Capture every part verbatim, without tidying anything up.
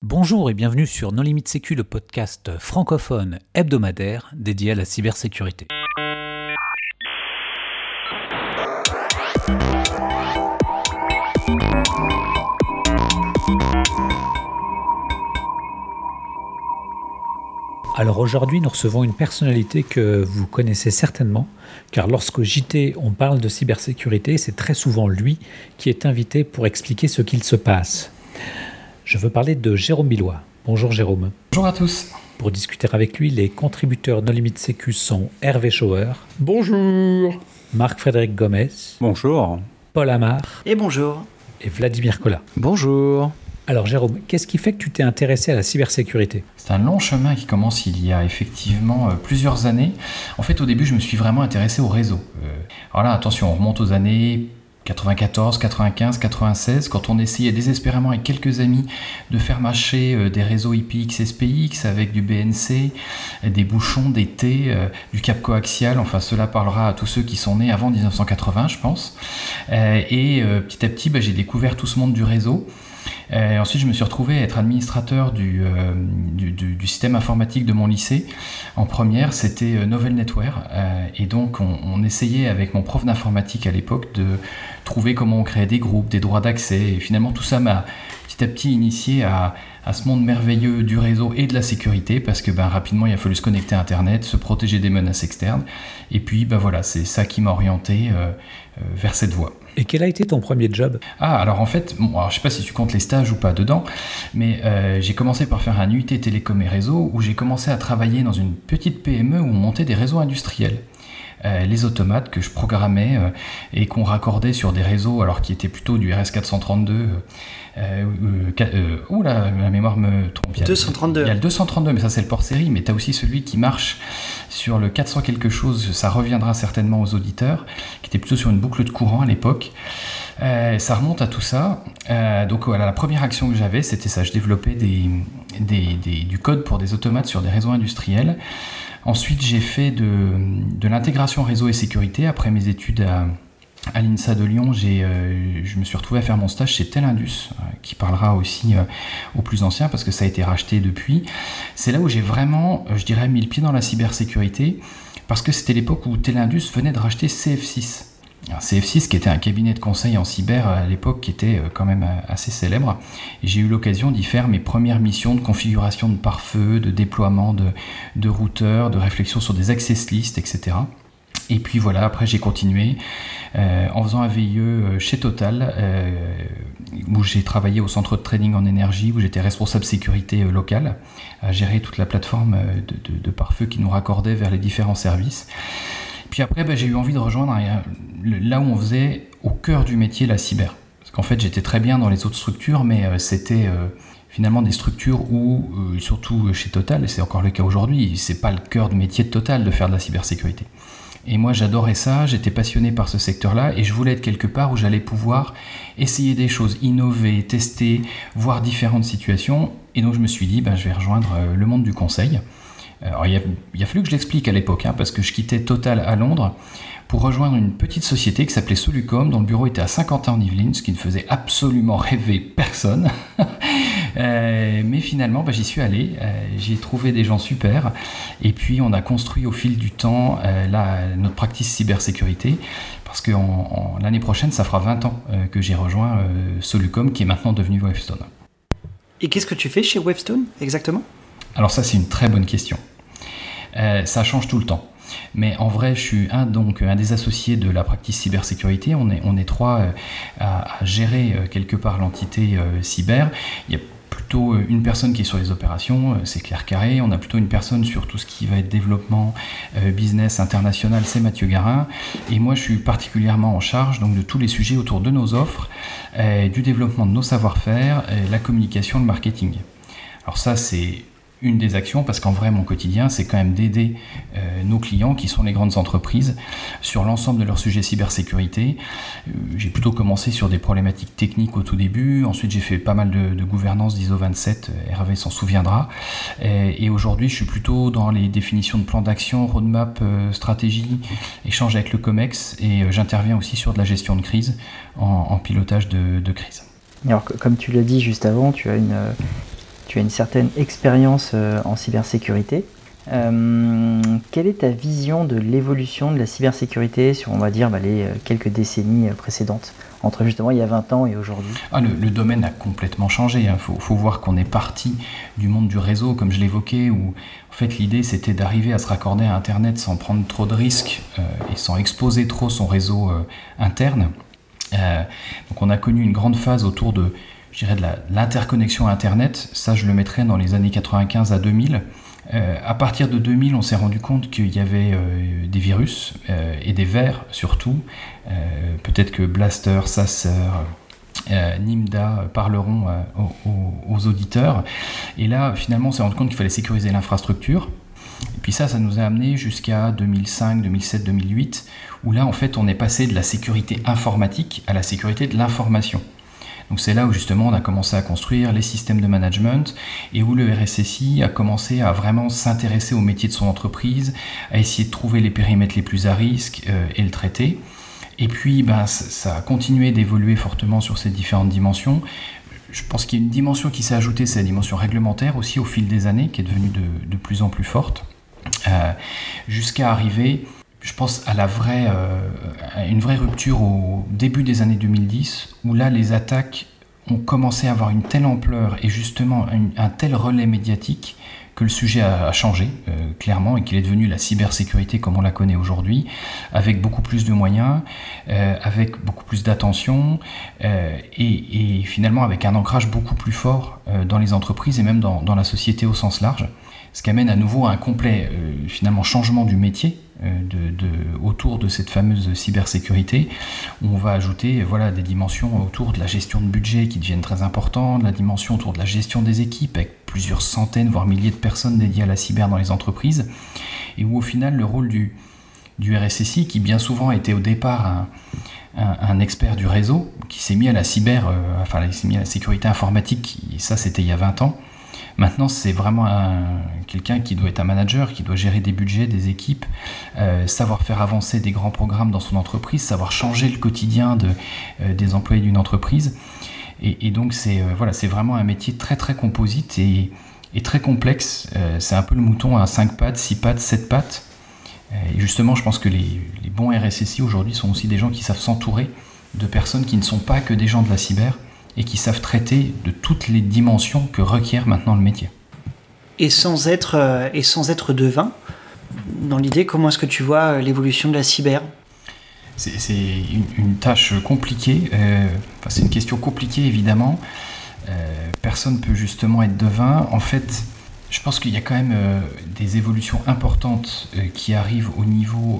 Bonjour et bienvenue sur No Limit Sécu, le podcast francophone hebdomadaire dédié à la cybersécurité. Alors aujourd'hui, nous recevons une personnalité que vous connaissez certainement, car lorsqu'au J T on parle de cybersécurité, c'est très souvent lui qui est invité pour expliquer ce qu'il se passe. Je veux parler de Jérôme Billois. Bonjour Jérôme. Bonjour à tous. Pour discuter avec lui, les contributeurs No Limit Sécu sont Hervé Schauer. Bonjour. Marc-Frédéric Gomez. Bonjour. Paul Amar. Et bonjour. Et Vladimir Collat. Bonjour. Alors Jérôme, qu'est-ce qui fait que tu t'es intéressé à la cybersécurité ? C'est un long chemin qui commence il y a effectivement euh, plusieurs années. En fait, au début, je me suis vraiment intéressé au réseau. Euh, alors là, attention, on remonte aux années quatre-vingt-quatorze, quatre-vingt-quinze, quatre-vingt-seize, quand on essayait désespérément avec quelques amis de faire marcher euh, des réseaux I P X, S P X avec du B N C, des bouchons, des T, euh, du câble coaxial. Enfin, cela parlera à tous ceux qui sont nés avant dix-neuf cent quatre-vingts, je pense. Euh, et euh, petit à petit, bah, j'ai découvert tout ce monde du réseau. Et ensuite, je me suis retrouvé à être administrateur du, euh, du, du, du système informatique de mon lycée. En première, c'était Novel Netware. Euh, et donc, on, on essayait avec mon prof d'informatique à l'époque de trouver comment on créait des groupes, des droits d'accès. Et finalement, tout ça m'a petit à petit initié à, à ce monde merveilleux du réseau et de la sécurité, parce que ben, rapidement, il a fallu se connecter à Internet, se protéger des menaces externes. Et puis, ben, voilà, c'est ça qui m'a orienté euh, euh, vers cette voie. Et quel a été ton premier job ? Ah, alors en fait, bon, alors, je ne sais pas si tu comptes les stages ou pas dedans, mais euh, j'ai commencé par faire un U T Télécom et Réseau, où j'ai commencé à travailler dans une petite P M E où on montait des réseaux industriels. Euh, les automates que je programmais euh, et qu'on raccordait sur des réseaux alors qui étaient plutôt du R S quatre cent trente-deux. Euh, euh, euh, oh là, la mémoire me trompe. deux cent trente-deux. Il y a le deux cent trente-deux, mais ça c'est le port série, mais tu as aussi celui qui marche sur le quatre cents quelque chose, ça reviendra certainement aux auditeurs, qui était plutôt sur une boucle de courant à l'époque. Euh, ça remonte à tout ça. Euh, donc voilà, la première action que j'avais, c'était ça, je développais des, des, des, du code pour des automates sur des réseaux industriels. Ensuite, j'ai fait de, de l'intégration réseau et sécurité. Après mes études à, à l'INSA de Lyon, j'ai, euh, je me suis retrouvé à faire mon stage chez Telindus, euh, qui parlera aussi euh, aux plus anciens, parce que ça a été racheté depuis. C'est là où j'ai vraiment, je dirais, mis le pied dans la cybersécurité, parce que c'était l'époque où Telindus venait de racheter C F six. Alors, C F six, qui était un cabinet de conseil en cyber à l'époque, qui était quand même assez célèbre. Et j'ai eu l'occasion d'y faire mes premières missions de configuration de pare-feu, de déploiement de, de routeurs, de réflexion sur des access lists, et cetera. Et puis voilà, après j'ai continué euh, en faisant un V I E chez Total, euh, où j'ai travaillé au centre de trading en énergie, où j'étais responsable sécurité euh, locale, à gérer toute la plateforme de, de, de pare-feu qui nous raccordait vers les différents services. Puis après, bah, j'ai eu envie de rejoindre un, là où on faisait au cœur du métier la cyber. Parce qu'en fait, j'étais très bien dans les autres structures, mais euh, c'était euh, finalement des structures où, euh, surtout chez Total, et c'est encore le cas aujourd'hui, c'est pas le cœur de métier de Total de faire de la cybersécurité. Et moi, j'adorais ça, j'étais passionné par ce secteur-là, et je voulais être quelque part où j'allais pouvoir essayer des choses, innover, tester, voir différentes situations. Et donc, je me suis dit, bah, je vais rejoindre euh, le monde du conseil. Alors, il, a, il a fallu que je l'explique à l'époque, hein, parce que je quittais Total à Londres pour rejoindre une petite société qui s'appelait Solucom, dont le bureau était à Saint-Quentin-en-Yvelines, ce qui ne faisait absolument rêver personne. euh, mais finalement, bah, j'y suis allé, euh, j'y ai trouvé des gens super, et puis on a construit au fil du temps euh, la, notre practice cybersécurité, parce que en, en, l'année prochaine, ça fera vingt ans euh, que j'ai rejoint euh, Solucom, qui est maintenant devenu Wavestone. Et qu'est-ce que tu fais chez Wavestone, exactement ? Alors ça, c'est une très bonne question. Euh, ça change tout le temps. Mais en vrai, je suis un, donc, un des associés de la practice cybersécurité. On est, on est trois euh, à, à gérer euh, quelque part l'entité euh, cyber. Il y a plutôt une personne qui est sur les opérations, euh, c'est Claire Carré. On a plutôt une personne sur tout ce qui va être développement, euh, business international, c'est Mathieu Garin. Et moi, je suis particulièrement en charge donc, de tous les sujets autour de nos offres, euh, du développement de nos savoir-faire, euh, la communication, le marketing. Alors ça, c'est une des actions, parce qu'en vrai, mon quotidien, c'est quand même d'aider euh, nos clients, qui sont les grandes entreprises, sur l'ensemble de leurs sujets cybersécurité. Euh, j'ai plutôt commencé sur des problématiques techniques au tout début, ensuite j'ai fait pas mal de, de gouvernance d'I S O vingt-sept, Hervé s'en souviendra, et, et aujourd'hui, je suis plutôt dans les définitions de plans d'action, roadmap, euh, stratégie, échange avec le COMEX, et euh, j'interviens aussi sur de la gestion de crise, en, en pilotage de, de crise. Alors, comme tu l'as dit juste avant, tu as une... tu as une certaine expérience euh, en cybersécurité. Euh, quelle est ta vision de l'évolution de la cybersécurité sur, on va dire, bah, les euh, quelques décennies euh, précédentes, entre justement il y a vingt ans et aujourd'hui? Ah, le, le domaine a complètement changé. Il hein. faut, faut voir qu'on est parti du monde du réseau, comme je l'évoquais, où en fait l'idée c'était d'arriver à se raccorder à Internet sans prendre trop de risques euh, et sans exposer trop son réseau euh, interne. Euh, donc on a connu une grande phase autour de, je dirais, de la, l'interconnexion à Internet. Ça, je le mettrais dans les années quatre-vingt-quinze à deux mille. Euh, à partir de deux mille, on s'est rendu compte qu'il y avait euh, des virus euh, et des vers surtout. Euh, peut-être que Blaster, Sasser, euh, Nimda parleront euh, aux, aux auditeurs. Et là, finalement, on s'est rendu compte qu'il fallait sécuriser l'infrastructure. Et puis ça, ça nous a amené jusqu'à deux mille cinq, deux mille sept, deux mille huit, où là, en fait, on est passé de la sécurité informatique à la sécurité de l'information. Donc c'est là où justement on a commencé à construire les systèmes de management et où le R S S I a commencé à vraiment s'intéresser au métier de son entreprise, à essayer de trouver les périmètres les plus à risque euh, et le traiter. Et puis ben, ça a continué d'évoluer fortement sur ces différentes dimensions. Je pense qu'il y a une dimension qui s'est ajoutée, c'est la dimension réglementaire aussi au fil des années, qui est devenue de, de plus en plus forte, euh, jusqu'à arriver... Je pense à, la vraie, euh, à une vraie rupture au début des années deux mille dix, où là, les attaques ont commencé à avoir une telle ampleur et justement un, un tel relais médiatique que le sujet a, a changé, euh, clairement, et qu'il est devenu la cybersécurité comme on la connaît aujourd'hui, avec beaucoup plus de moyens, euh, avec beaucoup plus d'attention, euh, et, et finalement avec un ancrage beaucoup plus fort euh, dans les entreprises et même dans, dans la société au sens large. Ce qui amène à nouveau à un complet euh, finalement changement du métier euh, de, de, autour de cette fameuse cybersécurité, où on va ajouter voilà, des dimensions autour de la gestion de budget qui deviennent très importantes, la dimension autour de la gestion des équipes avec plusieurs centaines voire milliers de personnes dédiées à la cyber dans les entreprises, et où au final le rôle du, du R S S I, qui bien souvent était au départ un, un, un expert du réseau, qui s'est mis à la cyber, euh, enfin il s'est mis à la sécurité informatique, et ça c'était il y a vingt ans. Maintenant, c'est vraiment un, quelqu'un qui doit être un manager, qui doit gérer des budgets, des équipes, euh, savoir faire avancer des grands programmes dans son entreprise, savoir changer le quotidien de, euh, des employés d'une entreprise. Et, et donc, c'est, euh, voilà, c'est vraiment un métier très très composite et, et très complexe. Euh, c'est un peu le mouton à cinq pattes, six pattes, sept pattes. Euh, et justement, je pense que les, les bons R S S I aujourd'hui sont aussi des gens qui savent s'entourer de personnes qui ne sont pas que des gens de la cyber, et qui savent traiter de toutes les dimensions que requiert maintenant le métier. Et sans être, euh, et sans être devin, dans l'idée, comment est-ce que tu vois euh, l'évolution de la cyber ? C'est, c'est une, une tâche compliquée, euh, enfin, c'est une question compliquée évidemment. Euh, personne ne peut justement être devin. En fait, je pense qu'il y a quand même euh, des évolutions importantes euh, qui arrivent au niveau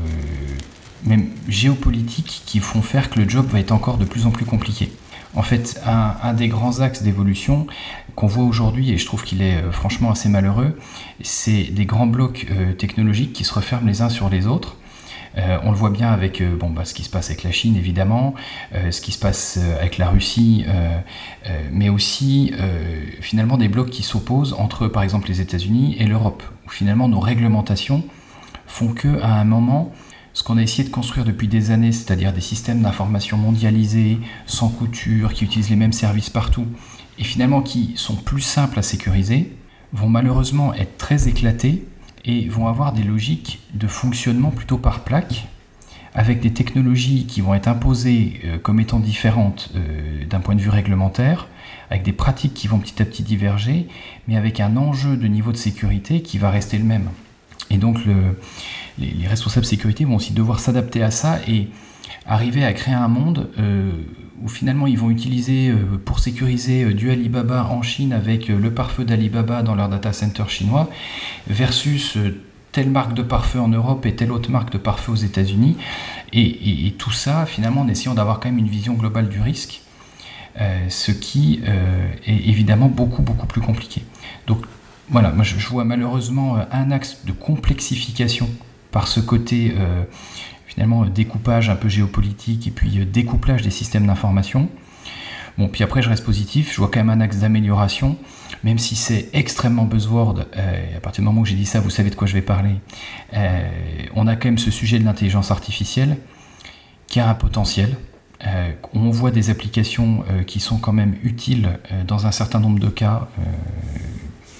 euh, même géopolitique qui font faire que le job va être encore de plus en plus compliqué. En fait, un, un des grands axes d'évolution qu'on voit aujourd'hui, et je trouve qu'il est euh, franchement assez malheureux, c'est des grands blocs euh, technologiques qui se referment les uns sur les autres. Euh, on le voit bien avec euh, bon, bah, ce qui se passe avec la Chine, évidemment, euh, ce qui se passe euh, avec la Russie, euh, euh, mais aussi euh, finalement des blocs qui s'opposent entre, par exemple, les États-Unis et l'Europe, où finalement nos réglementations font qu'à un moment, ce qu'on a essayé de construire depuis des années, c'est-à-dire des systèmes d'information mondialisés, sans couture, qui utilisent les mêmes services partout, et finalement qui sont plus simples à sécuriser, vont malheureusement être très éclatés et vont avoir des logiques de fonctionnement plutôt par plaque, avec des technologies qui vont être imposées euh, comme étant différentes euh, d'un point de vue réglementaire, avec des pratiques qui vont petit à petit diverger, mais avec un enjeu de niveau de sécurité qui va rester le même. Et donc le, les, les responsables sécurité vont aussi devoir s'adapter à ça et arriver à créer un monde euh, où finalement ils vont utiliser euh, pour sécuriser euh, du Alibaba en Chine avec euh, le pare-feu d'Alibaba dans leur data center chinois versus euh, telle marque de pare-feu en Europe et telle autre marque de pare-feu aux États-Unis, et, et, et tout ça finalement en essayant d'avoir quand même une vision globale du risque, euh, ce qui euh, est évidemment beaucoup beaucoup plus compliqué. Donc voilà, moi je, je vois malheureusement un axe de complexification par ce côté euh, finalement découpage un peu géopolitique et puis euh, découplage des systèmes d'information. Bon, puis après je reste positif, je vois quand même un axe d'amélioration, même si c'est extrêmement buzzword, euh, à partir du moment où j'ai dit ça, vous savez de quoi je vais parler, euh, on a quand même ce sujet de l'intelligence artificielle qui a un potentiel. Euh, on voit des applications euh, qui sont quand même utiles euh, dans un certain nombre de cas, euh,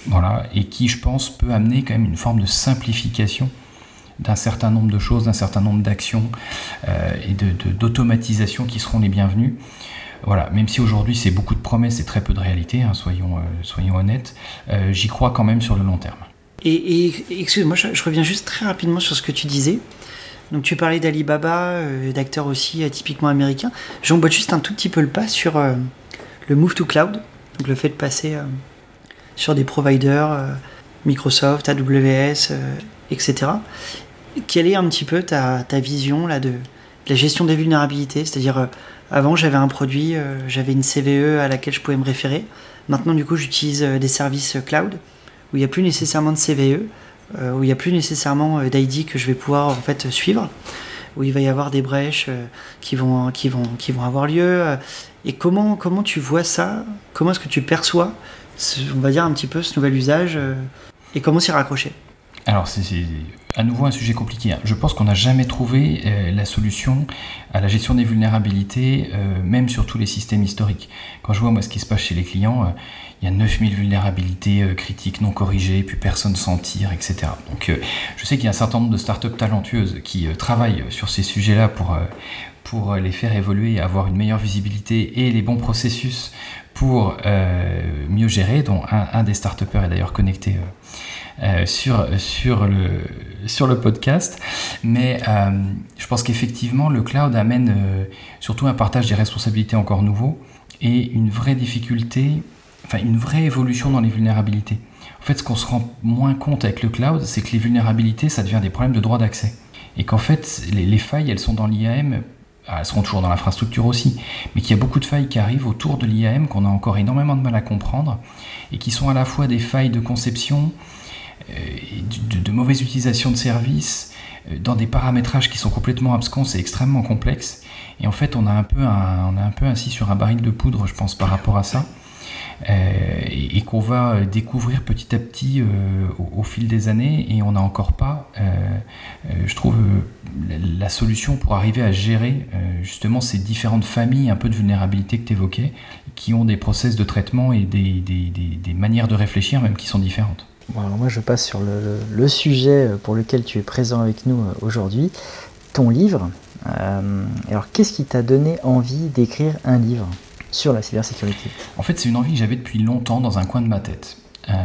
voilà, et qui, je pense, peut amener quand même une forme de simplification d'un certain nombre de choses, d'un certain nombre d'actions euh, et de, de, d'automatisation qui seront les bienvenues. Voilà, même si aujourd'hui c'est beaucoup de promesses et très peu de réalité, hein, soyons, euh, soyons honnêtes, euh, j'y crois quand même sur le long terme. Et, et excuse-moi, je, je reviens juste très rapidement sur ce que tu disais. Donc tu parlais d'Alibaba, euh, d'acteurs aussi euh, typiquement américains. J'emboîte juste un tout petit peu le pas sur euh, le move to cloud, donc le fait de passer euh, sur des providers, euh, Microsoft, A W S, euh, et cetera. Quelle est un petit peu ta, ta vision là, de, de la gestion des vulnérabilités ? C'est-à-dire, euh, avant j'avais un produit, euh, j'avais une C V E à laquelle je pouvais me référer. Maintenant du coup j'utilise euh, des services cloud où il n'y a plus nécessairement de C V E, euh, où il n'y a plus nécessairement euh, d'I D que je vais pouvoir en fait suivre, où il va y avoir des brèches euh, qui, vont, qui, vont, qui vont avoir lieu. Euh, et comment, comment tu vois ça ? Comment est-ce que tu perçois, ce, on va dire un petit peu, ce nouvel usage euh, et comment s'y raccrocher ? Alors c'est, c'est à nouveau un sujet compliqué. Je pense qu'on n'a jamais trouvé euh, la solution à la gestion des vulnérabilités, euh, même sur tous les systèmes historiques. Quand je vois moi ce qui se passe chez les clients, euh, il y a neuf mille vulnérabilités euh, critiques non corrigées, puis personne s'en tire, et cetera. Donc euh, je sais qu'il y a un certain nombre de startups talentueuses qui euh, travaillent sur ces sujets-là pour, euh, pour les faire évoluer et avoir une meilleure visibilité et les bons processus pour euh, mieux gérer, dont un, un des start-upers est d'ailleurs connecté euh, Euh, sur, sur, le, sur le podcast, mais euh, je pense qu'effectivement le cloud amène euh, surtout un partage des responsabilités encore nouveau et une vraie difficulté, enfin une vraie évolution dans les vulnérabilités. En fait, ce qu'on se rend moins compte avec le cloud, c'est que les vulnérabilités, ça devient des problèmes de droit d'accès, et qu'en fait les, les failles, elles sont dans l'I A M. Elles seront toujours dans l'infrastructure aussi, mais qu'il y a beaucoup de failles qui arrivent autour de l'I A M qu'on a encore énormément de mal à comprendre et qui sont à la fois des failles de conception, De, de mauvaise utilisation de services, dans des paramétrages qui sont complètement abscons, c'est extrêmement complexe. Et en fait, on a un peu, un, on a un peu assis sur un baril de poudre, je pense, par rapport à ça, euh, et, et qu'on va découvrir petit à petit euh, au, au fil des années. Et on n'a encore pas, euh, euh, je trouve, la, la solution pour arriver à gérer euh, justement ces différentes familles un peu de vulnérabilité que tu évoquais, qui ont des process de traitement et des, des, des, des manières de réfléchir même qui sont différentes. Bon, alors moi je passe sur le, le sujet pour lequel tu es présent avec nous aujourd'hui, ton livre. Euh, alors qu'est-ce qui t'a donné envie d'écrire un livre sur la cybersécurité ? En fait, c'est une envie que j'avais depuis longtemps dans un coin de ma tête. Euh,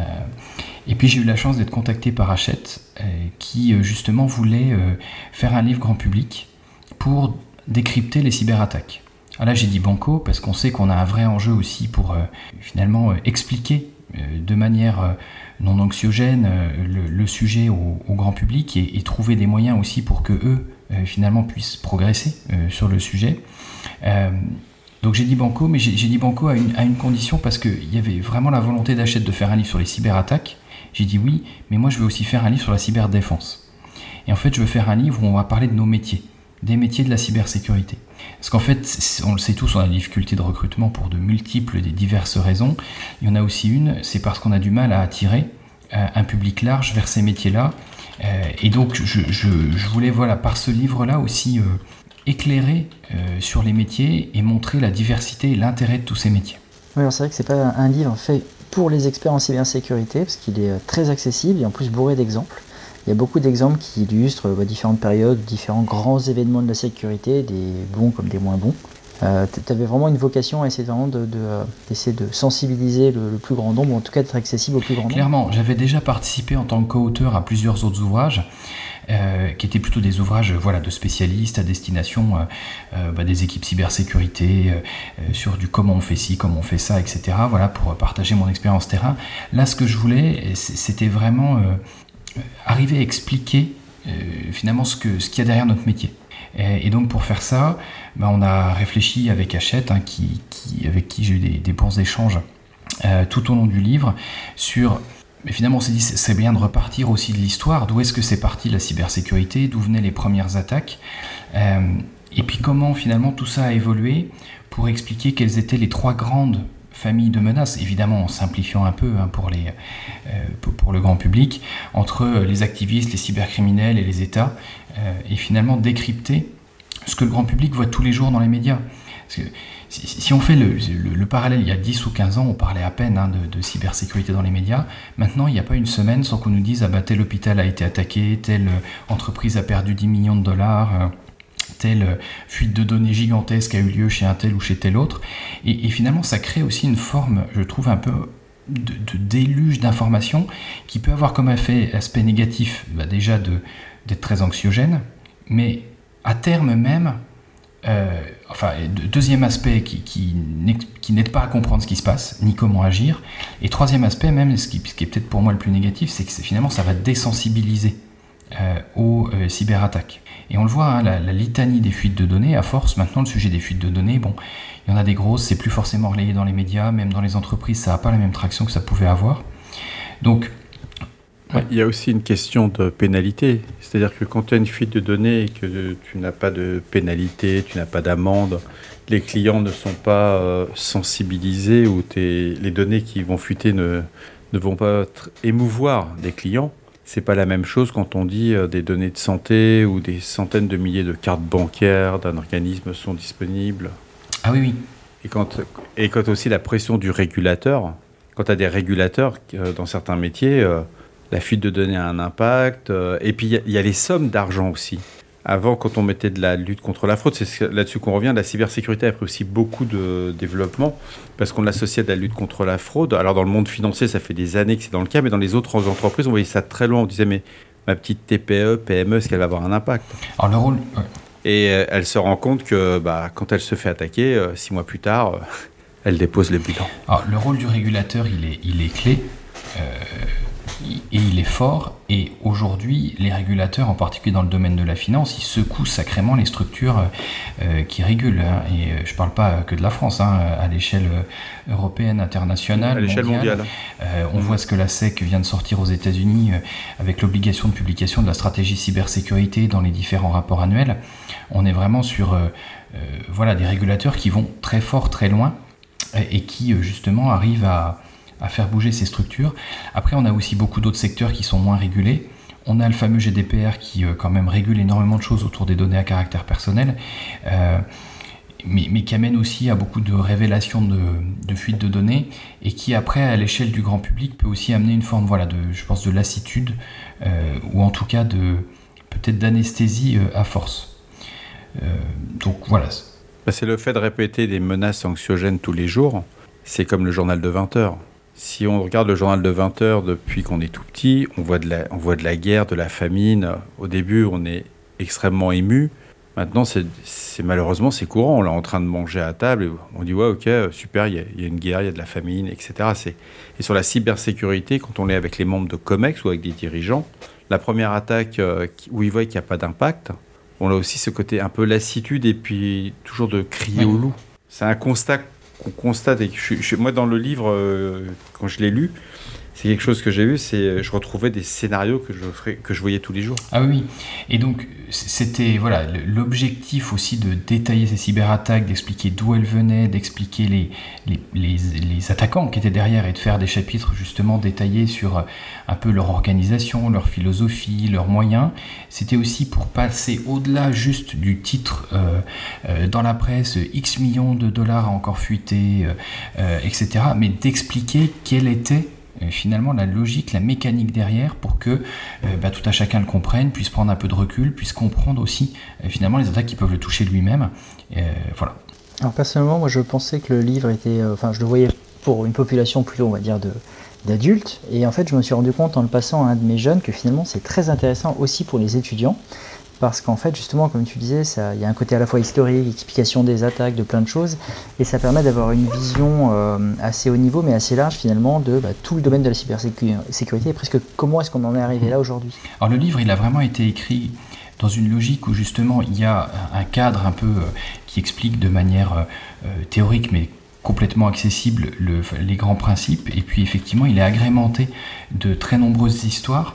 et puis j'ai eu la chance d'être contacté par Hachette, euh, qui euh, justement voulait euh, faire un livre grand public pour décrypter les cyberattaques. Alors là j'ai dit banco parce qu'on sait qu'on a un vrai enjeu aussi pour euh, finalement euh, expliquer euh, de manière euh, non anxiogène euh, le, le sujet au, au grand public et, et trouver des moyens aussi pour que eux euh, finalement puissent progresser euh, sur le sujet. Euh, donc j'ai dit banco, mais j'ai, j'ai dit banco à une, à une condition parce qu'il y avait vraiment la volonté d'Hachette de faire un livre sur les cyberattaques. J'ai dit oui, mais moi je veux aussi faire un livre sur la cyberdéfense. Et en fait je veux faire un livre où on va parler de nos métiers, des métiers de la cybersécurité. Parce qu'en fait, on le sait tous, on a des difficultés de recrutement pour de multiples et diverses raisons. Il y en a aussi une, c'est parce qu'on a du mal à attirer euh, un public large vers ces métiers-là. Euh, et donc, je, je, je voulais, voilà, par ce livre-là aussi, euh, éclairer euh, sur les métiers et montrer la diversité et l'intérêt de tous ces métiers. Oui, alors c'est vrai que c'est pas un livre fait pour les experts en cybersécurité, parce qu'il est très accessible et en plus bourré d'exemples. Il y a beaucoup d'exemples qui illustrent bah, différentes périodes, différents grands événements de la sécurité, des bons comme des moins bons. Euh, tu avais vraiment une vocation à essayer vraiment de, de, euh, d'essayer de sensibiliser le, le plus grand nombre, ou en tout cas d'être accessible au plus grand nombre. Clairement, j'avais déjà participé en tant que co-auteur à plusieurs autres ouvrages, euh, qui étaient plutôt des ouvrages voilà, de spécialistes à destination euh, euh, bah, des équipes cybersécurité, euh, sur du comment on fait ci, comment on fait ça, et cetera. Voilà, pour partager mon expérience terrain. Là, ce que je voulais, c'était vraiment... Euh, arriver à expliquer euh, finalement ce, que, ce qu'il y a derrière notre métier. Et, et donc pour faire ça, ben on a réfléchi avec Hachette, hein, qui, qui, avec qui j'ai eu des, des bons échanges euh, tout au long du livre, sur... Mais finalement on s'est dit c'est, c'est bien de repartir aussi de l'histoire, d'où est-ce que c'est parti la cybersécurité, d'où venaient les premières attaques, euh, et puis comment finalement tout ça a évolué pour expliquer quelles étaient les trois grandes famille de menaces, évidemment en simplifiant un peu hein, pour, les, euh, pour, pour le grand public, entre les activistes, les cybercriminels et les États, euh, et finalement décrypter ce que le grand public voit tous les jours dans les médias. Parce que si, si on fait le, le, le parallèle, il y a dix ou quinze ans, on parlait à peine hein, de, de cybersécurité dans les médias. Maintenant, il n'y a pas une semaine sans qu'on nous dise ah bah, tel hôpital a été attaqué, telle entreprise a perdu dix millions de dollars, euh, telle fuite de données gigantesque a eu lieu chez un tel ou chez tel autre. Et, et finalement, ça crée aussi une forme, je trouve, un peu de, de déluge d'informations qui peut avoir comme effet, aspect négatif, bah déjà de, d'être très anxiogène, mais à terme même, euh, enfin, deuxième aspect qui, qui, qui n'aide pas à comprendre ce qui se passe, ni comment agir, et troisième aspect même, ce qui, ce qui est peut-être pour moi le plus négatif, c'est que c'est, finalement ça va désensibiliser euh, aux euh, cyberattaques. Et on le voit, hein, la, la litanie des fuites de données, à force, maintenant le sujet des fuites de données, bon, il y en a des grosses, c'est plus forcément relayé dans les médias, même dans les entreprises, ça n'a pas la même traction que ça pouvait avoir. Donc, ouais. Il y a aussi une question de pénalité, c'est-à-dire que quand tu as une fuite de données et que tu n'as pas de pénalité, tu n'as pas d'amende, les clients ne sont pas euh, sensibilisés ou tes, les données qui vont fuiter ne, ne vont pas tr- émouvoir des clients. C'est pas la même chose quand on dit euh, des données de santé ou des centaines de milliers de cartes bancaires d'un organisme sont disponibles. Ah oui, oui. Et quand, et quand aussi la pression du régulateur, quand tu as des régulateurs euh, dans certains métiers, euh, la fuite de données a un impact. Euh, et puis il y, y a les sommes d'argent aussi. Avant, quand on mettait de la lutte contre la fraude, c'est là-dessus qu'on revient, la cybersécurité a pris aussi beaucoup de développement parce qu'on l'associait à la lutte contre la fraude. Alors dans le monde financier, ça fait des années que c'est dans le cas, mais dans les autres entreprises, on voyait ça très loin. On disait, mais ma petite T P E, P M E, est-ce qu'elle va avoir un impact ? Alors le rôle... Ouais. Et euh, elle se rend compte que bah, quand elle se fait attaquer, euh, six mois plus tard, euh, elle dépose le bilan. Alors le rôle du régulateur, il est, il est clé. Euh... Et il est fort, et aujourd'hui, les régulateurs, en particulier dans le domaine de la finance, ils secouent sacrément les structures euh, qui régulent. Hein. Et euh, je ne parle pas que de la France, hein, à l'échelle européenne, internationale, à l'échelle mondiale. mondiale. Euh, on mmh. voit ce que la S E C vient de sortir aux États-Unis euh, avec l'obligation de publication de la stratégie cybersécurité dans les différents rapports annuels. On est vraiment sur euh, euh, voilà, des régulateurs qui vont très fort, très loin, et, et qui euh, justement arrivent à... à faire bouger ces structures. Après, on a aussi beaucoup d'autres secteurs qui sont moins régulés. On a le fameux G D P R qui, euh, quand même, régule énormément de choses autour des données à caractère personnel, euh, mais, mais qui amène aussi à beaucoup de révélations de, de fuites de données, et qui, après, à l'échelle du grand public, peut aussi amener une forme, voilà, de, je pense, de lassitude, euh, ou en tout cas, de, peut-être d'anesthésie euh, à force. Euh, donc, voilà. Bah, c'est le fait de répéter des menaces anxiogènes tous les jours. C'est comme le journal de vingt heures. Si on regarde le journal de vingt heures depuis qu'on est tout petit, on voit de la, on voit de la guerre, de la famine. Au début, on est extrêmement ému. Maintenant, c'est, c'est malheureusement, c'est courant. On est en train de manger à table et on dit « ouais, ok, super, il y, y a une guerre, il y a de la famine, et cetera » C'est, et sur la cybersécurité, quand on est avec les membres de COMEX ou avec des dirigeants, la première attaque euh, où ils voient qu'il n'y a pas d'impact, on a aussi ce côté un peu lassitude et puis toujours de crier oui. au loup. C'est un constat qu'on constate, et que je, je, moi dans le livre, euh, quand je l'ai lu, c'est quelque chose que j'ai vu, c'est je retrouvais des scénarios que je, ferais, que je voyais tous les jours. Ah oui, et donc c'était voilà, l'objectif aussi de détailler ces cyberattaques, d'expliquer d'où elles venaient, d'expliquer les, les, les, les attaquants qui étaient derrière, et de faire des chapitres justement détaillés sur un peu leur organisation, leur philosophie, leurs moyens. C'était aussi pour passer au-delà juste du titre euh, euh, dans la presse, X millions de dollars a encore fuité, euh, et cetera, mais d'expliquer quelle était finalement la logique, la mécanique derrière, pour que euh, bah, tout à chacun le comprenne, puisse prendre un peu de recul, puisse comprendre aussi euh, finalement les attaques qui peuvent le toucher lui-même. Euh, voilà. Alors personnellement, moi je pensais que le livre était, euh, enfin je le voyais pour une population plutôt, on va dire, de, d'adultes, et en fait je me suis rendu compte en le passant à un de mes jeunes que finalement c'est très intéressant aussi pour les étudiants. Parce qu'en fait, justement, comme tu disais, il y a un côté à la fois historique, explication des attaques, de plein de choses, et ça permet d'avoir une vision euh, assez haut niveau, mais assez large finalement, de bah, tout le domaine de la cybersécurité, et presque comment est-ce qu'on en est arrivé là aujourd'hui. Alors le livre, il a vraiment été écrit dans une logique où justement il y a un cadre un peu euh, qui explique de manière euh, théorique, mais complètement accessible, le, les grands principes, et puis effectivement il est agrémenté de très nombreuses histoires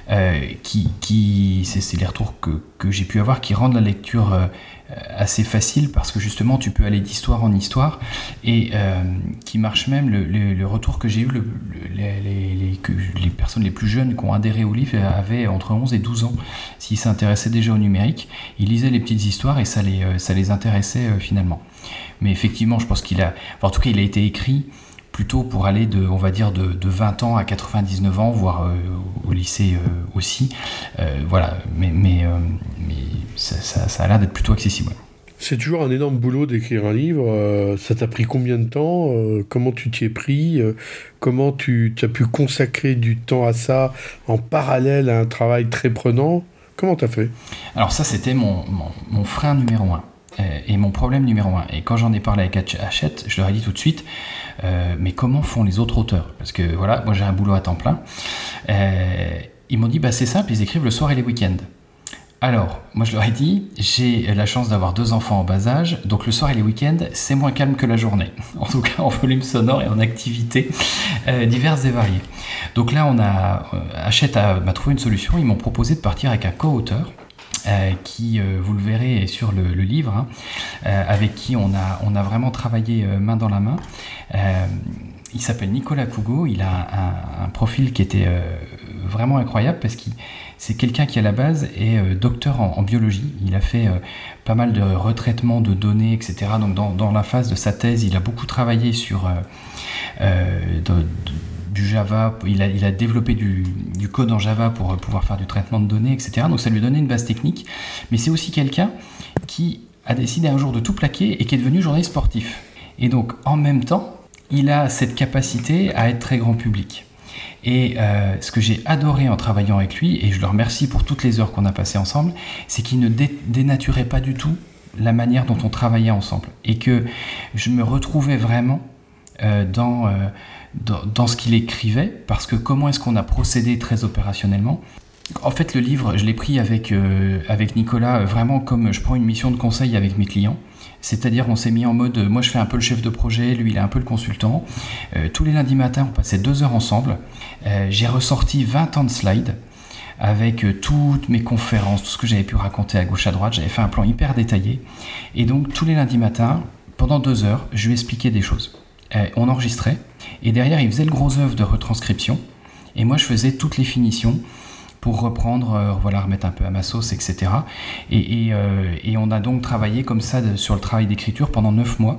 euh, qui, qui c'est, c'est les retours que, que j'ai pu avoir qui rendent la lecture euh, assez facile parce que justement tu peux aller d'histoire en histoire et euh, qui marche même le, le, le retour que j'ai eu le, le, les, les, que les personnes les plus jeunes qui ont adhéré au livre avaient entre onze et douze ans s'ils s'intéressaient déjà au numérique, ils lisaient les petites histoires et ça les, ça les intéressait euh, finalement. Mais effectivement je pense qu'il a, enfin, en tout cas il a été écrit plutôt pour aller de, on va dire, de, de vingt ans à quatre-vingt-dix-neuf ans, voire euh, au lycée euh, aussi. Euh, voilà, mais, mais, euh, mais ça, ça, ça a l'air d'être plutôt accessible. C'est toujours un énorme boulot d'écrire un livre. Euh, ça t'a pris combien de temps ? euh, Comment tu t'y es pris ? euh, Comment tu as pu consacrer du temps à ça en parallèle à un travail très prenant ? Comment t'as fait ? Alors ça, c'était mon, mon, mon frein numéro un. Et mon problème numéro un. Et quand j'en ai parlé avec Hachette, je leur ai dit tout de suite, euh, mais comment font les autres auteurs ? Parce que voilà, moi j'ai un boulot à temps plein. Euh, ils m'ont dit, bah c'est simple, ils écrivent le soir et les week-ends. Alors, moi je leur ai dit, j'ai la chance d'avoir deux enfants en bas âge, donc le soir et les week-ends, c'est moins calme que la journée. En tout cas, en volume sonore et en activités euh, diverses et variées. Donc là, on a, euh, Hachette a, m'a trouvé une solution, ils m'ont proposé de partir avec un co-auteur. Euh, qui, euh, vous le verrez, est sur le, le livre, hein, euh, avec qui on a, on a vraiment travaillé euh, main dans la main. Euh, il s'appelle Nicolas Cougo, il a un, un profil qui était euh, vraiment incroyable parce que c'est quelqu'un qui à la base est euh, docteur en, en biologie. Il a fait euh, pas mal de retraitements de données, et cetera. Donc dans, dans la phase de sa thèse, il a beaucoup travaillé sur... Euh, euh, de, de, du Java, il a, il a développé du, du code en Java pour pouvoir faire du traitement de données, et cetera. Donc ça lui a donné une base technique. Mais c'est aussi quelqu'un qui a décidé un jour de tout plaquer et qui est devenu journaliste sportif. Et donc en même temps, il a cette capacité à être très grand public. Et euh, ce que j'ai adoré en travaillant avec lui, et je le remercie pour toutes les heures qu'on a passées ensemble, c'est qu'il ne dé- dénaturait pas du tout la manière dont on travaillait ensemble. Et que je me retrouvais vraiment euh, dans... Euh, Dans, dans ce qu'il écrivait, parce que comment est-ce qu'on a procédé très opérationnellement. En fait, le livre, je l'ai pris avec, euh, avec Nicolas, euh, vraiment comme je prends une mission de conseil avec mes clients. C'est-à-dire, on s'est mis en mode, euh, moi je fais un peu le chef de projet, lui il est un peu le consultant. Euh, tous les lundis matins, on passait deux heures ensemble. Euh, j'ai ressorti vingt ans de slides avec euh, toutes mes conférences, tout ce que j'avais pu raconter à gauche à droite. J'avais fait un plan hyper détaillé. Et donc, tous les lundis matins, pendant deux heures, je lui expliquais des choses. Euh, on enregistrait et derrière il faisait le gros œuvre de retranscription et moi je faisais toutes les finitions pour reprendre, euh, voilà, remettre un peu à ma sauce, et cetera. Et, et, euh, et on a donc travaillé comme ça de, sur le travail d'écriture pendant neuf mois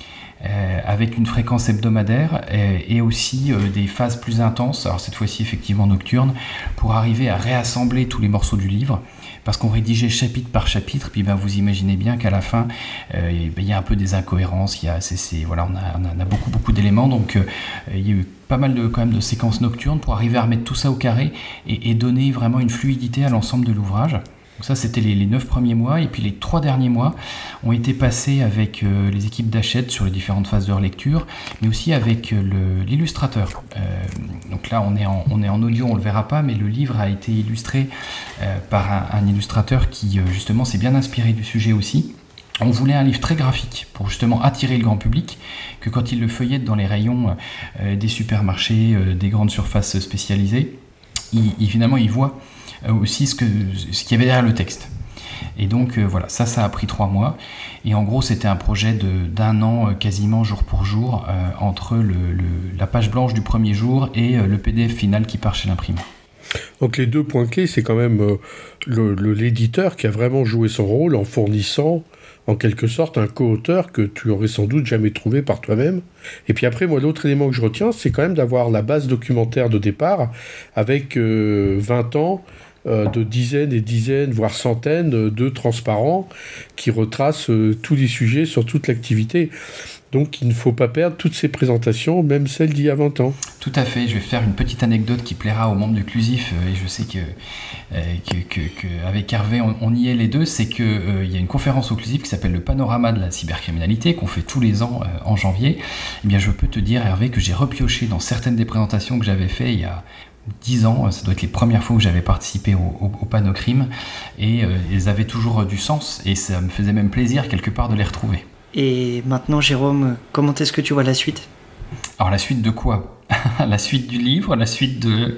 euh, avec une fréquence hebdomadaire euh, et aussi euh, des phases plus intenses, alors cette fois-ci effectivement nocturnes, pour arriver à réassembler tous les morceaux du livre. Parce qu'on rédigeait chapitre par chapitre, puis ben, vous imaginez bien qu'à la fin, euh, il y a un peu des incohérences, il y a, c'est, c'est, voilà, on, a, on a beaucoup, beaucoup d'éléments, donc euh, il y a eu pas mal de, quand même, de séquences nocturnes pour arriver à remettre tout ça au carré et, et donner vraiment une fluidité à l'ensemble de l'ouvrage. Donc ça, c'était les, les neuf premiers mois, et puis les trois derniers mois ont été passés avec euh, les équipes d'Hachette sur les différentes phases de relecture, mais aussi avec euh, le, l'illustrateur. Euh, donc là, on est, en, on est en audio, on le verra pas, mais le livre a été illustré euh, par un, un illustrateur qui, euh, justement, s'est bien inspiré du sujet aussi. On voulait un livre très graphique pour justement attirer le grand public, que quand il le feuillette dans les rayons euh, des supermarchés, euh, des grandes surfaces spécialisées, il, il, finalement, il voit aussi ce, que, ce qu'il y avait derrière le texte. Et donc euh, voilà, ça, ça a pris trois mois. Et en gros, c'était un projet de, d'un an, euh, quasiment jour pour jour, euh, entre le, le, la page blanche du premier jour et euh, le P D F final qui part chez l'imprimeur. Donc les deux points clés, c'est quand même euh, le, le, l'éditeur qui a vraiment joué son rôle en fournissant en quelque sorte un co-auteur que tu aurais sans doute jamais trouvé par toi-même. Et puis après, moi, l'autre élément que je retiens, c'est quand même d'avoir la base documentaire de départ avec euh, vingt ans euh, de dizaines et dizaines, voire centaines de transparents qui retracent euh, tous les sujets sur toute l'activité. Donc il ne faut pas perdre toutes ces présentations, même celles d'il y a vingt ans. Tout à fait, je vais faire une petite anecdote qui plaira aux membres du Clusif, et je sais que, euh, que, que, que avec Hervé on, on y est les deux, c'est qu'il euh, y a une conférence au Clusif qui s'appelle le Panorama de la cybercriminalité, qu'on fait tous les ans euh, en janvier. Eh bien je peux te dire, Hervé, que j'ai repioché dans certaines des présentations que j'avais fait il y a dix ans, ça doit être les premières fois où j'avais participé au, au, au Panocrime, et euh, elles avaient toujours du sens, et ça me faisait même plaisir quelque part de les retrouver. Et maintenant, Jérôme, comment est-ce que tu vois la suite ? Alors la suite de quoi ? La suite du livre, la suite de...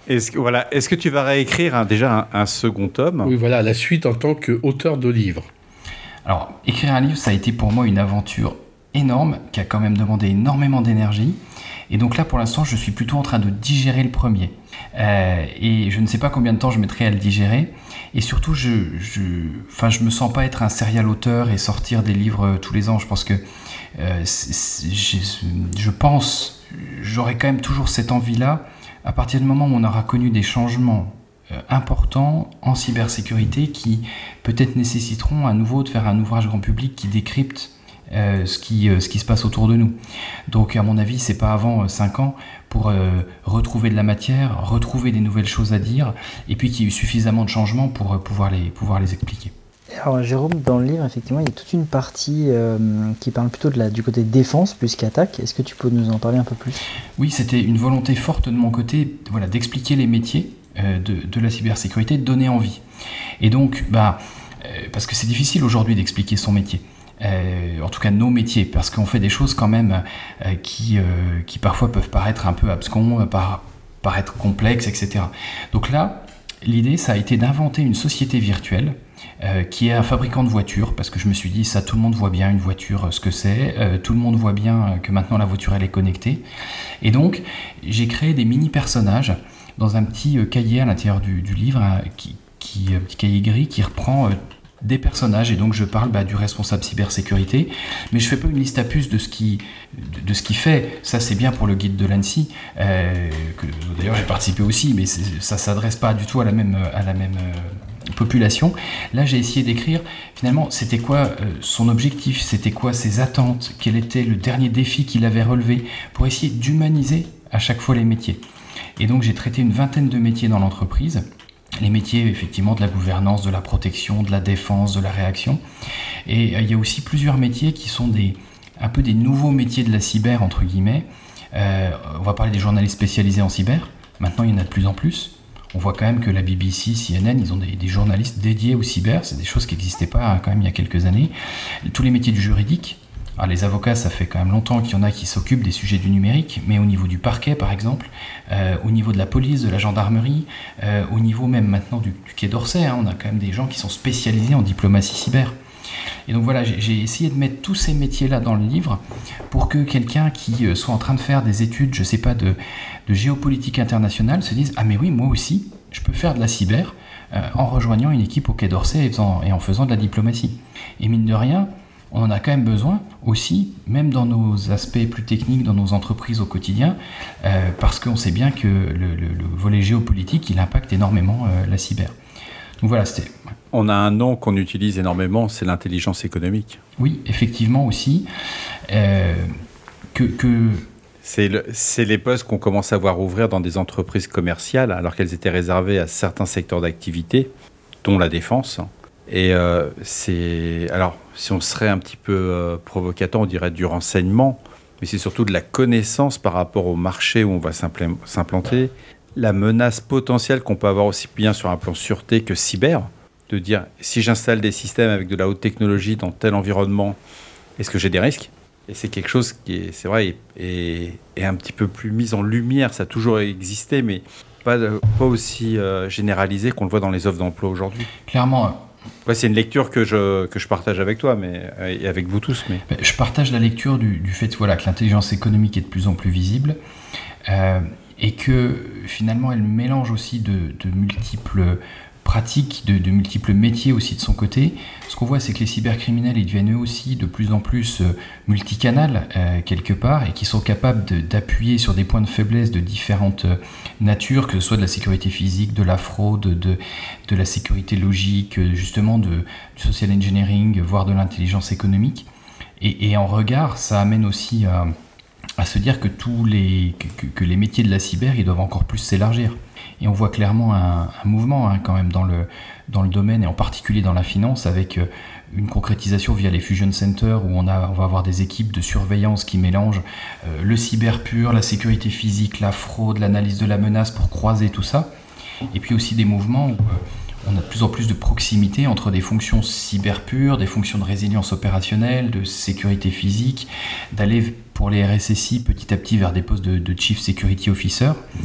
Est-ce que, voilà, est-ce que tu vas réécrire un, déjà un, un second tome ? Oui, voilà, la suite en tant qu'auteur de livre. Alors, écrire un livre, ça a été pour moi une aventure énorme, qui a quand même demandé énormément d'énergie. Et donc là, pour l'instant, je suis plutôt en train de digérer le premier. Euh, et je ne sais pas combien de temps je mettrai à le digérer. Et surtout, je je, enfin, je me sens pas être un serial auteur et sortir des livres tous les ans. Je pense que euh, c'est, c'est, je, je pense, j'aurai quand même toujours cette envie-là, à partir du moment où on aura connu des changements euh, importants en cybersécurité qui peut-être nécessiteront à nouveau de faire un ouvrage grand public qui décrypte Euh, ce, qui, euh, ce qui se passe autour de nous. Donc à mon avis, c'est pas avant euh, cinq ans pour euh, retrouver de la matière, retrouver des nouvelles choses à dire, et puis qu'il y ait eu suffisamment de changements pour euh, pouvoir, les, pouvoir les expliquer. Alors Jérôme, dans le livre, effectivement, il y a toute une partie euh, qui parle plutôt de la, du côté défense plus qu'attaque. Est-ce que tu peux nous en parler un peu plus ? Oui, c'était une volonté forte de mon côté, voilà, d'expliquer les métiers euh, de, de la cybersécurité, de donner envie. Et donc, bah, euh, parce que c'est difficile aujourd'hui d'expliquer son métier. Euh, en tout cas nos métiers, parce qu'on fait des choses quand même euh, qui, euh, qui parfois peuvent paraître un peu abscons, par, paraître complexes, et cetera. Donc là, l'idée, ça a été d'inventer une société virtuelle euh, qui est un fabricant de voitures, parce que je me suis dit, ça, tout le monde voit bien une voiture, ce que c'est, euh, tout le monde voit bien que maintenant la voiture, elle est connectée. Et donc, j'ai créé des mini-personnages dans un petit euh, cahier à l'intérieur du, du livre, hein, qui, qui, un petit cahier gris qui reprend euh, des personnages, et donc je parle bah, du responsable cybersécurité, mais je fais pas une liste à puce de ce qui de, de ce qu'il fait. Ça, c'est bien pour le guide de l'A N S I, euh, que d'ailleurs j'ai participé aussi, mais c'est, ça s'adresse pas du tout à la même à la même euh, population. Là, j'ai essayé d'écrire finalement c'était quoi euh, son objectif, c'était quoi ses attentes, quel était le dernier défi qu'il avait relevé, pour essayer d'humaniser à chaque fois les métiers. Et donc j'ai traité une vingtaine de métiers dans l'entreprise. Les métiers, effectivement, de la gouvernance, de la protection, de la défense, de la réaction. Et euh, il y a aussi plusieurs métiers qui sont des, un peu des nouveaux métiers de la cyber, entre guillemets. Euh, on va parler des journalistes spécialisés en cyber. Maintenant, il y en a de plus en plus. On voit quand même que la B B C, C N N, ils ont des, des journalistes dédiés au cyber. C'est des choses qui n'existaient pas hein, quand même il y a quelques années. Tous les métiers du juridique. Alors les avocats, ça fait quand même longtemps qu'il y en a qui s'occupent des sujets du numérique, mais au niveau du parquet, par exemple, euh, au niveau de la police, de la gendarmerie, euh, au niveau même maintenant du, du Quai d'Orsay, hein, on a quand même des gens qui sont spécialisés en diplomatie cyber. Et donc voilà, j'ai, j'ai essayé de mettre tous ces métiers-là dans le livre pour que quelqu'un qui euh, soit en train de faire des études, je sais pas, de, de géopolitique internationale, se dise « Ah mais oui, moi aussi, je peux faire de la cyber euh, en rejoignant une équipe au Quai d'Orsay et, faisant, et en faisant de la diplomatie. » Et mine de rien, on en a quand même besoin aussi, même dans nos aspects plus techniques, dans nos entreprises au quotidien, euh, parce qu'on sait bien que le, le, le volet géopolitique, il impacte énormément euh, la cyber. Donc voilà, c'était... On a un nom qu'on utilise énormément, c'est l'intelligence économique. Oui, effectivement aussi. Euh, que, que... C'est, le, c'est les postes qu'on commence à voir ouvrir dans des entreprises commerciales, alors qu'elles étaient réservées à certains secteurs d'activité, dont la défense. Et euh, c'est... Alors, si on serait un petit peu euh, provocateur, on dirait du renseignement, mais c'est surtout de la connaissance par rapport au marché où on va s'implanter, la menace potentielle qu'on peut avoir aussi bien sur un plan sûreté que cyber, de dire, si j'installe des systèmes avec de la haute technologie dans tel environnement, est-ce que j'ai des risques ? Et c'est quelque chose qui, est, c'est vrai, est, est un petit peu plus mis en lumière, ça a toujours existé, mais pas, pas aussi euh, généralisé qu'on le voit dans les offres d'emploi aujourd'hui. Clairement... Ouais, c'est une lecture que je, que je partage avec toi mais, et avec vous tous. Mais... Je partage la lecture du, du fait voilà, que l'intelligence économique est de plus en plus visible euh, et que finalement elle mélange aussi de, de multiples pratiques, de, de multiples métiers aussi de son côté. Ce qu'on voit, c'est que les cybercriminels ils deviennent eux aussi de plus en plus euh, multicanal euh, quelque part et qui sont capables de, d'appuyer sur des points de faiblesse de différentes euh, natures, que ce soit de la sécurité physique, de la fraude, de, de la sécurité logique, justement de, du social engineering, voire de l'intelligence économique. Et, et en regard, ça amène aussi à, à se dire que, tous les, que, que les métiers de la cyber ils doivent encore plus s'élargir. Et on voit clairement un, un mouvement hein, quand même dans le, dans le domaine, et en particulier dans la finance, avec euh, une concrétisation via les Fusion Centers, où on, a, on va avoir des équipes de surveillance qui mélangent euh, le cyber pur, la sécurité physique, la fraude, l'analyse de la menace pour croiser tout ça. Et puis aussi des mouvements où euh, on a de plus en plus de proximité entre des fonctions cyber pures, des fonctions de résilience opérationnelle, de sécurité physique, d'aller pour les R S S I petit à petit vers des postes de, de Chief Security Officer.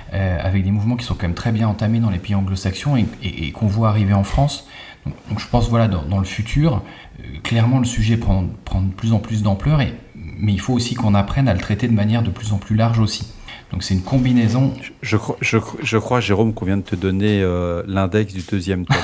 euh, avec des mouvements qui sont quand même très bien entamés dans les pays anglo-saxons et, et, et qu'on voit arriver en France. Donc, donc je pense voilà dans, dans le futur, euh, clairement le sujet prend, prend de plus en plus d'ampleur, et, mais il faut aussi qu'on apprenne à le traiter de manière de plus en plus large aussi. Donc c'est une combinaison. Je, je, crois, je, je crois, Jérôme, qu'on vient de te donner euh, l'index du deuxième tome.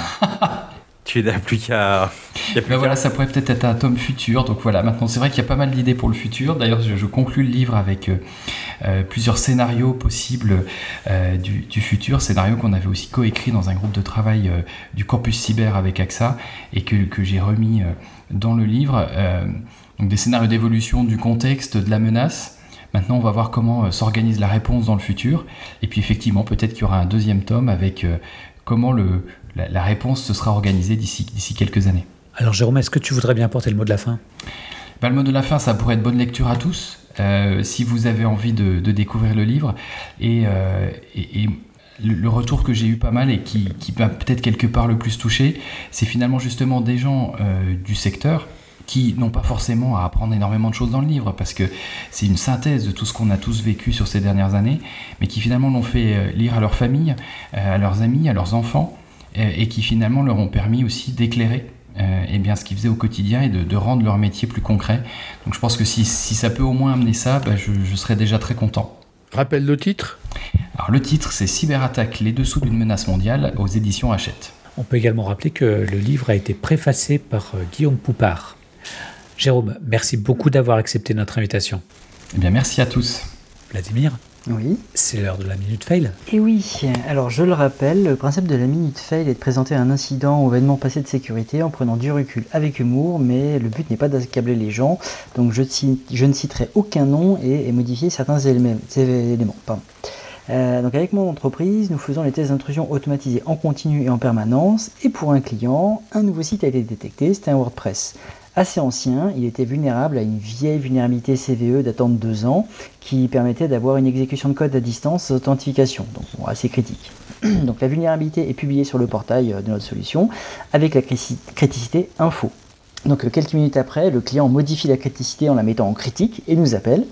Tu n'as plus qu'à... Ben voilà, ça pourrait peut-être être un tome futur. Donc voilà, maintenant c'est vrai qu'il y a pas mal d'idées pour le futur. D'ailleurs, je, je conclus le livre avec euh, euh, plusieurs scénarios possibles euh, du, du futur. Scénarios qu'on avait aussi coécrits dans un groupe de travail euh, du Campus Cyber avec A X A et que, que j'ai remis euh, dans le livre. Euh, donc des scénarios d'évolution du contexte, de la menace. Maintenant, on va voir comment euh, s'organise la réponse dans le futur. Et puis effectivement, peut-être qu'il y aura un deuxième tome avec euh, comment le... La, la réponse se sera organisée d'ici, d'ici quelques années. Alors Jérôme, est-ce que tu voudrais bien porter le mot de la fin ? Ben, le mot de la fin, ça pourrait être bonne lecture à tous, euh, si vous avez envie de, de découvrir le livre. Et, euh, et, et le, le retour que j'ai eu pas mal et qui, qui m'a peut-être quelque part le plus touché, c'est finalement justement des gens euh, du secteur qui n'ont pas forcément à apprendre énormément de choses dans le livre, parce que c'est une synthèse de tout ce qu'on a tous vécu sur ces dernières années, mais qui finalement l'ont fait lire à leur famille, à leurs amis, à leurs enfants, et qui finalement leur ont permis aussi d'éclairer euh, eh bien, ce qu'ils faisaient au quotidien et de, de rendre leur métier plus concret. Donc je pense que si, si ça peut au moins amener ça, bah, je, je serais déjà très content. Rappelle le titre ? Alors le titre, c'est Cyberattaque, les dessous d'une menace mondiale, aux éditions Hachette. On peut également rappeler que le livre a été préfacé par euh, Guillaume Poupard. Jérôme, merci beaucoup d'avoir accepté notre invitation. Eh bien, merci à tous. Vladimir ? Oui. C'est l'heure de la Minute Fail. Et oui, alors je le rappelle, le principe de la Minute Fail est de présenter un incident ou événement passé de sécurité en prenant du recul avec humour, mais le but n'est pas d'accabler les gens, donc je, je ne citerai aucun nom et, et modifier certains éléments. éléments pardon. Euh, donc avec mon entreprise, nous faisons les tests d'intrusion automatisés en continu et en permanence, et pour un client, un nouveau site a été détecté, c'était un WordPress. Assez ancien, il était vulnérable à une vieille vulnérabilité C V E datant de deux ans qui permettait d'avoir une exécution de code à distance sans authentification, donc bon, assez critique. Donc la vulnérabilité est publiée sur le portail de notre solution avec la criticité info. Donc quelques minutes après, le client modifie la criticité en la mettant en critique et nous appelle.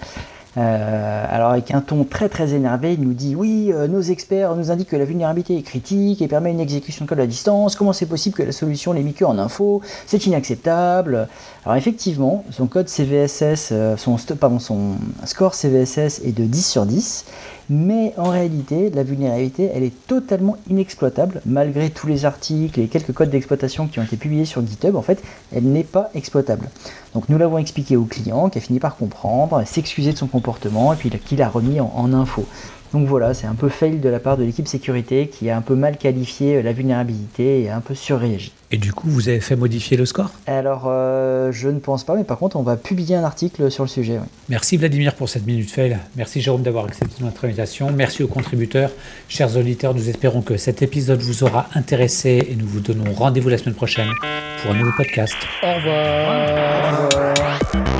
Euh, alors avec un ton très très énervé, il nous dit oui, euh, nos experts nous indiquent que la vulnérabilité est critique et permet une exécution de code à distance. Comment c'est possible que la solution l'ait mis que en info ? C'est inacceptable. Alors effectivement, son code C V S S, euh, son, pardon, son score C V S S est de dix sur dix, mais en réalité, la vulnérabilité, elle est totalement inexploitable malgré tous les articles et quelques codes d'exploitation qui ont été publiés sur GitHub. En fait, elle n'est pas exploitable. Donc nous l'avons expliqué au client qui a fini par comprendre, s'excuser de son comportement et puis qui l'a remis en, en info. Donc voilà, c'est un peu fail de la part de l'équipe sécurité qui a un peu mal qualifié la vulnérabilité et a un peu surréagi. Et du coup, vous avez fait modifier le score ? Alors, euh, je ne pense pas, mais par contre, on va publier un article sur le sujet. Oui. Merci Vladimir pour cette Minute Fail. Merci Jérôme d'avoir accepté notre invitation. Merci aux contributeurs. Chers auditeurs, nous espérons que cet épisode vous aura intéressé et nous vous donnons rendez-vous la semaine prochaine pour un nouveau podcast. Au revoir. Au revoir.